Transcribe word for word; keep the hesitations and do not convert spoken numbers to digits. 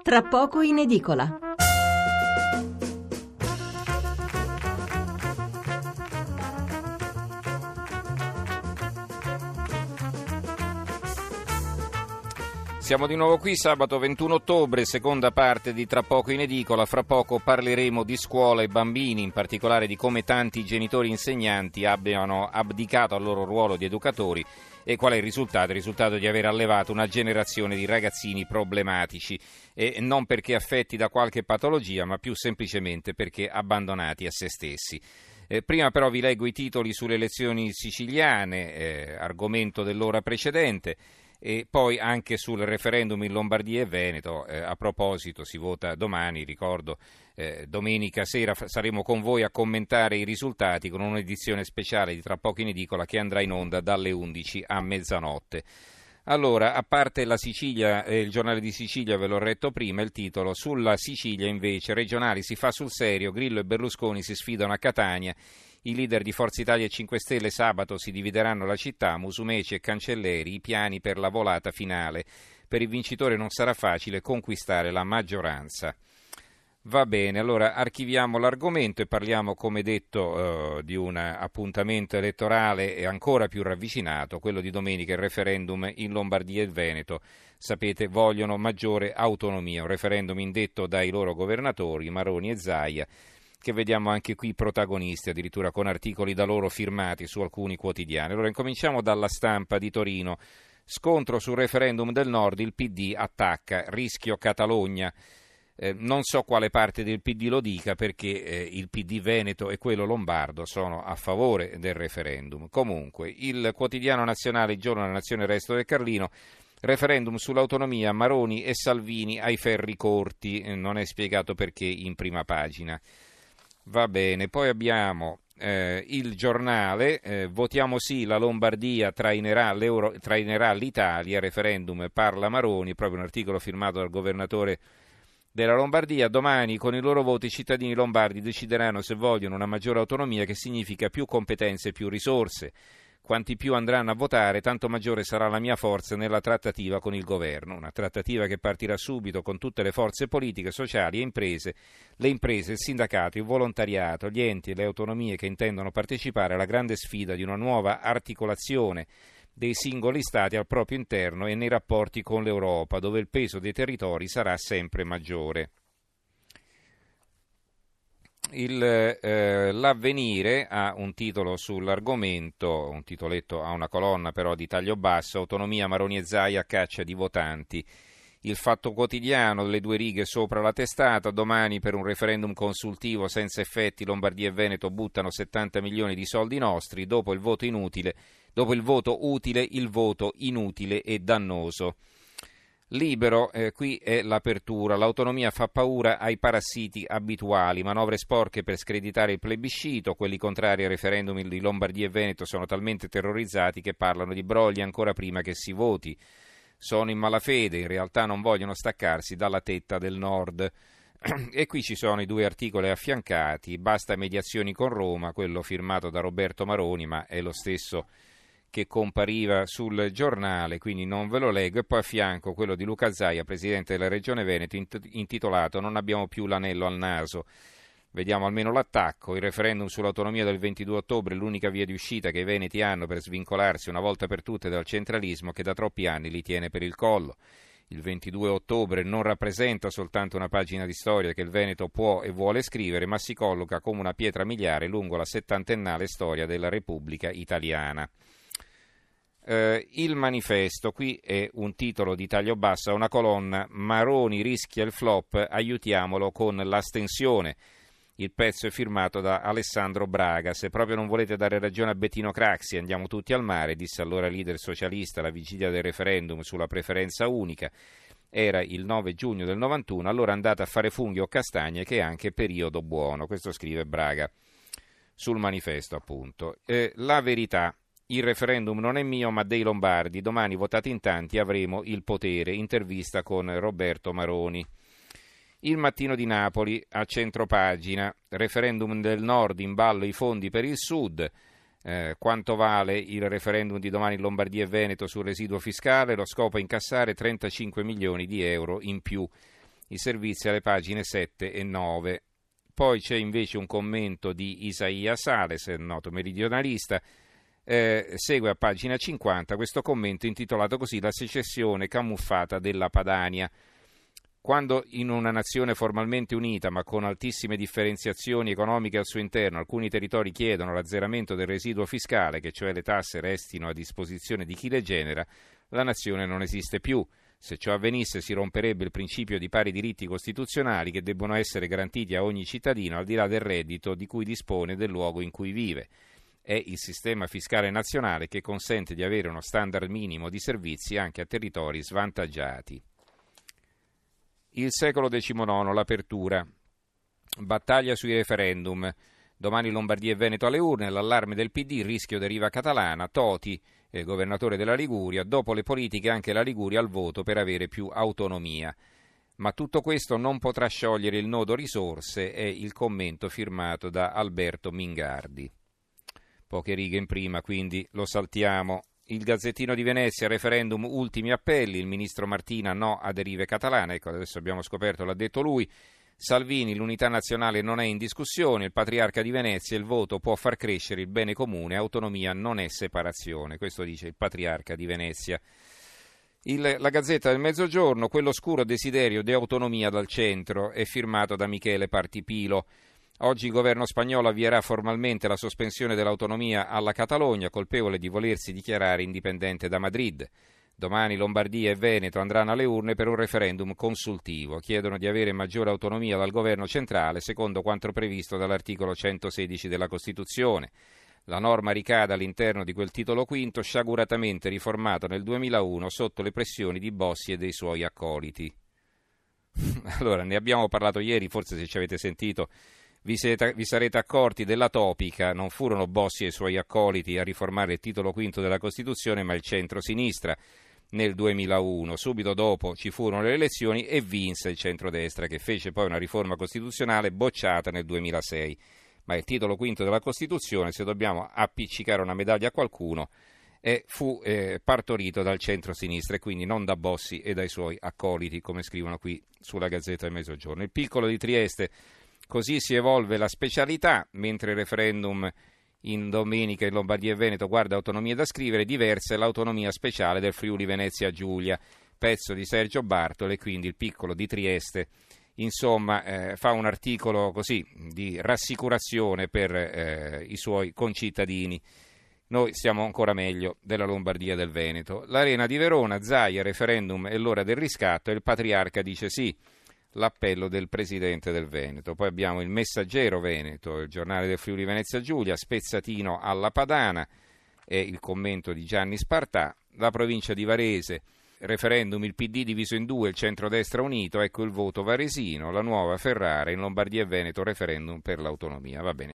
tra poco in edicola. Siamo di nuovo qui sabato ventuno ottobre, seconda parte di Tra poco in edicola. Fra poco parleremo di scuola e bambini, in particolare di come tanti genitori insegnanti abbiano abdicato al loro ruolo di educatori e qual è il risultato? Il risultato di aver allevato una generazione di ragazzini problematici, e non perché affetti da qualche patologia, ma più semplicemente perché abbandonati a se stessi. Eh, prima però vi leggo i titoli sulle elezioni siciliane, eh, argomento dell'ora precedente. E poi anche sul referendum in Lombardia e Veneto. Eh, a proposito, si vota domani, ricordo, eh, domenica sera f- saremo con voi a commentare i risultati con un'edizione speciale di Tra poco in edicola che andrà in onda dalle undici a mezzanotte. Allora, a parte la Sicilia, eh, il giornale di Sicilia ve l'ho retto prima, il titolo: sulla Sicilia invece, regionali si fa sul serio, Grillo e Berlusconi si sfidano a Catania. I leader di Forza Italia e cinque Stelle sabato si divideranno la città, Musumeci e Cancelleri, i piani per la volata finale. Per il vincitore non sarà facile conquistare la maggioranza. Va bene, allora archiviamo l'argomento e parliamo, come detto, eh, di un appuntamento elettorale e ancora più ravvicinato, quello di domenica, il referendum in Lombardia e Veneto. Sapete, vogliono maggiore autonomia, un referendum indetto dai loro governatori, Maroni e Zaia, che vediamo anche qui protagonisti, addirittura con articoli da loro firmati su alcuni quotidiani. Allora incominciamo dalla Stampa di Torino. Scontro sul referendum del Nord, il P D attacca, rischio Catalogna. Eh, non so quale parte del P D lo dica, perché eh, il P D Veneto e quello lombardo sono a favore del referendum. Comunque, il quotidiano nazionale, il Giorno della Nazione, il Resto del Carlino, referendum sull'autonomia, Maroni e Salvini ai ferri corti, eh, non è spiegato perché in prima pagina. Va bene, poi abbiamo eh, il giornale, eh, votiamo sì, la Lombardia trainerà, trainerà l'Italia, referendum parla Maroni, proprio un articolo firmato dal governatore della Lombardia. Domani con i loro voti i cittadini lombardi decideranno se vogliono una maggiore autonomia, che significa più competenze e più risorse. Quanti più andranno a votare, tanto maggiore sarà la mia forza nella trattativa con il governo. Una trattativa che partirà subito con tutte le forze politiche, sociali e imprese, le imprese, il sindacato, il volontariato, gli enti e le autonomie che intendono partecipare alla grande sfida di una nuova articolazione dei singoli stati al proprio interno e nei rapporti con l'Europa, dove il peso dei territori sarà sempre maggiore. Il, eh, L'Avvenire ha un titolo sull'argomento, un titoletto, ha una colonna però di taglio basso: autonomia, Maroni e Zaia a caccia di votanti. Il Fatto Quotidiano, le due righe sopra la testata: domani per un referendum consultivo senza effetti, Lombardia e Veneto buttano settanta milioni di soldi nostri, dopo il voto inutile, dopo il voto utile, il voto inutile e dannoso. Libero, eh, qui è l'apertura. L'autonomia fa paura ai parassiti abituali, manovre sporche per screditare il plebiscito. Quelli contrari al referendum di Lombardia e Veneto sono talmente terrorizzati che parlano di brogli ancora prima che si voti. Sono in malafede, in realtà non vogliono staccarsi dalla tetta del Nord. E qui ci sono i due articoli affiancati: basta mediazioni con Roma, quello firmato da Roberto Maroni, ma è lo stesso che compariva sul giornale, quindi non ve lo leggo, e poi a fianco quello di Luca Zaia, presidente della Regione Veneto, intitolato "Non abbiamo più l'anello al naso". Vediamo almeno l'attacco: il referendum sull'autonomia del ventidue ottobre è l'unica via di uscita che i veneti hanno per svincolarsi una volta per tutte dal centralismo che da troppi anni li tiene per il collo. Il ventidue ottobre non rappresenta soltanto una pagina di storia che il Veneto può e vuole scrivere, ma si colloca come una pietra miliare lungo la settantennale storia della Repubblica Italiana. Uh, il Manifesto, qui è un titolo di taglio basso, una colonna: Maroni rischia il flop, aiutiamolo con l'astensione. Il pezzo è firmato da Alessandro Braga. Se proprio non volete dare ragione a Bettino Craxi, andiamo tutti al mare, disse allora leader socialista alla vigilia del referendum sulla preferenza unica. Era il nove giugno del novantuno, allora andate a fare funghi o castagne che è anche periodo buono. Questo scrive Braga sul Manifesto, appunto. Eh, la Verità: il referendum non è mio ma dei lombardi, domani votati in tanti avremo il potere. Intervista con Roberto Maroni. Il Mattino di Napoli, a centropagina: referendum del Nord, in ballo i fondi per il Sud. Eh, quanto vale il referendum di domani in Lombardia e Veneto sul residuo fiscale? Lo scopo è incassare trentacinque milioni di euro in più. i servizi alle pagine sette e nove. Poi c'è invece un commento di Isaia Sales, noto meridionalista, eh, segue a pagina cinquanta questo commento intitolato così: La secessione camuffata della Padania. Quando in una nazione formalmente unita ma con altissime differenziazioni economiche al suo interno alcuni territori chiedono l'azzeramento del residuo fiscale, che cioè le tasse restino a disposizione di chi le genera, la nazione non esiste più. Se ciò avvenisse si romperebbe il principio di pari diritti costituzionali che debbono essere garantiti a ogni cittadino al di là del reddito di cui dispone e del luogo in cui vive. È il sistema fiscale nazionale che consente di avere uno standard minimo di servizi anche a territori svantaggiati. Il secolo diciannove, l'apertura. Battaglia sui referendum. Domani Lombardia e Veneto alle urne, l'allarme del P D, rischio deriva catalana, Toti, eh, governatore della Liguria, dopo le politiche anche la Liguria al voto per avere più autonomia. Ma tutto questo non potrà sciogliere il nodo risorse, è il commento firmato da Alberto Mingardi. Poche righe in prima, quindi lo saltiamo. Il Gazzettino di Venezia, referendum, ultimi appelli, il ministro Martina no a derive catalane, ecco adesso abbiamo scoperto, l'ha detto lui. Salvini, l'unità nazionale non è in discussione, il patriarca di Venezia, il voto può far crescere il bene comune, autonomia non è separazione, questo dice il patriarca di Venezia. Il, la Gazzetta del Mezzogiorno, quell'oscuro desiderio di autonomia dal centro, è firmato da Michele Partipilo. Oggi il governo spagnolo avvierà formalmente la sospensione dell'autonomia alla Catalogna, colpevole di volersi dichiarare indipendente da Madrid. Domani Lombardia e Veneto andranno alle urne per un referendum consultivo. Chiedono di avere maggiore autonomia dal governo centrale, secondo quanto previsto dall'articolo centosedici della Costituzione. La norma ricade all'interno di quel titolo quinto, sciaguratamente riformato nel duemilauno sotto le pressioni di Bossi e dei suoi accoliti. Allora, ne abbiamo parlato ieri, forse se ci avete sentito vi, siete, vi sarete accorti della topica. Non furono Bossi e i suoi accoliti a riformare il titolo quinto della Costituzione, ma il centro-sinistra nel duemilauno. Subito dopo ci furono le elezioni e vinse il centrodestra, che fece poi una riforma costituzionale bocciata nel duemilasei. Ma il titolo quinto della Costituzione, se dobbiamo appiccicare una medaglia a qualcuno, eh, fu eh, partorito dal centro-sinistra e quindi non da Bossi e dai suoi accoliti, come scrivono qui sulla Gazzetta del Mezzogiorno. Il piccolo di Trieste: così si evolve la specialità, mentre il referendum in domenica in Lombardia e Veneto guarda autonomia da scrivere, diversa è l'autonomia speciale del Friuli Venezia Giulia, pezzo di Sergio Bartoli, e quindi il piccolo di Trieste, insomma, eh, fa un articolo così di rassicurazione per eh, i suoi concittadini. Noi stiamo ancora meglio della Lombardia e del Veneto. L'Arena di Verona, Zaia, referendum è l'ora del riscatto e il patriarca dice sì. L'appello del presidente del Veneto. Poi abbiamo il Messaggero Veneto, il giornale del Friuli Venezia Giulia, spezzatino alla Padana, e il commento di Gianni Spartà. La provincia di Varese, referendum, il P D diviso in due, il centrodestra unito, ecco il voto varesino. La nuova Ferrara, in Lombardia e Veneto, referendum per l'autonomia. Va bene.